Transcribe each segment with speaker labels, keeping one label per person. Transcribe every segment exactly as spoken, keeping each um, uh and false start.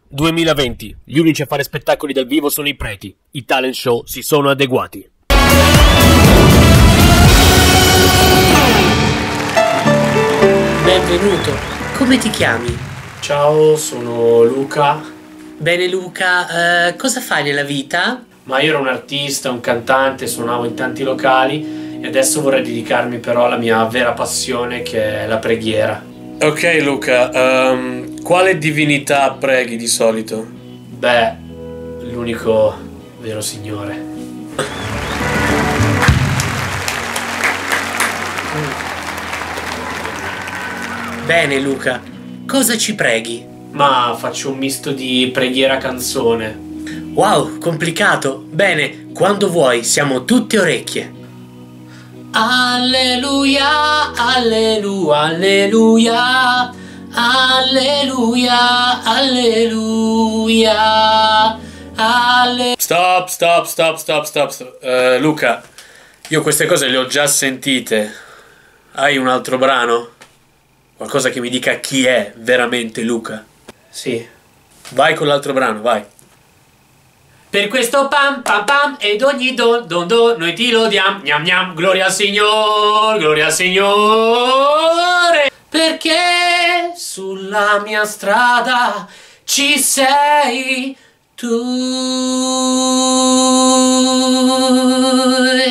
Speaker 1: duemilaventi. Gli unici a fare spettacoli dal vivo sono i preti. I talent show si sono adeguati.
Speaker 2: Benvenuto. Come ti chiami?
Speaker 3: Ciao, sono Luca.
Speaker 2: Bene Luca, eh, cosa fai nella vita?
Speaker 3: Ma io ero un artista, un cantante, suonavo in tanti locali e adesso vorrei dedicarmi però alla mia vera passione, che è la preghiera.
Speaker 4: Ok Luca, um, quale divinità preghi di solito?
Speaker 3: Beh, l'unico vero Signore.
Speaker 2: Bene Luca, cosa ci preghi?
Speaker 3: Ma faccio un misto di preghiera canzone.
Speaker 2: Wow, complicato. Bene, quando vuoi, siamo tutte orecchie. Alleluia, alleluia, alleluia, alleluia, alleluia, alleluia.
Speaker 4: Stop, stop, stop, stop, stop, stop. Uh, Luca, io queste cose le ho già sentite. Hai un altro brano? Qualcosa che mi dica chi è veramente Luca?
Speaker 3: Sì.
Speaker 4: Vai con l'altro brano, vai.
Speaker 3: Per questo pam pam pam ed ogni don don don noi ti lodiam, gnam gnam, gloria al Signore, gloria al Signore. Perché sulla mia strada ci sei tu.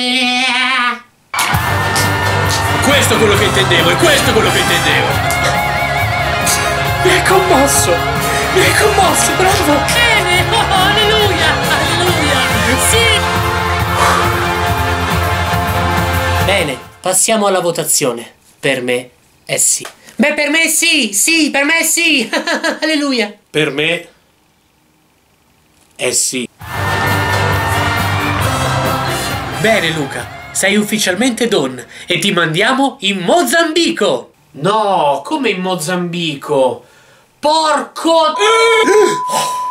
Speaker 4: Questo è quello che intendevo, e questo è quello che intendevo. Mi hai commosso, mi hai commosso, bravo.
Speaker 2: Bene, oh, alleluia, alleluia, sì. Bene, passiamo alla votazione. Per me è sì. Beh, per me sì, sì, per me sì. Alleluia.
Speaker 4: Per me è sì.
Speaker 2: Bene Luca, sei ufficialmente Don e ti mandiamo in Mozambico.
Speaker 3: No, come in Mozambico? Porco...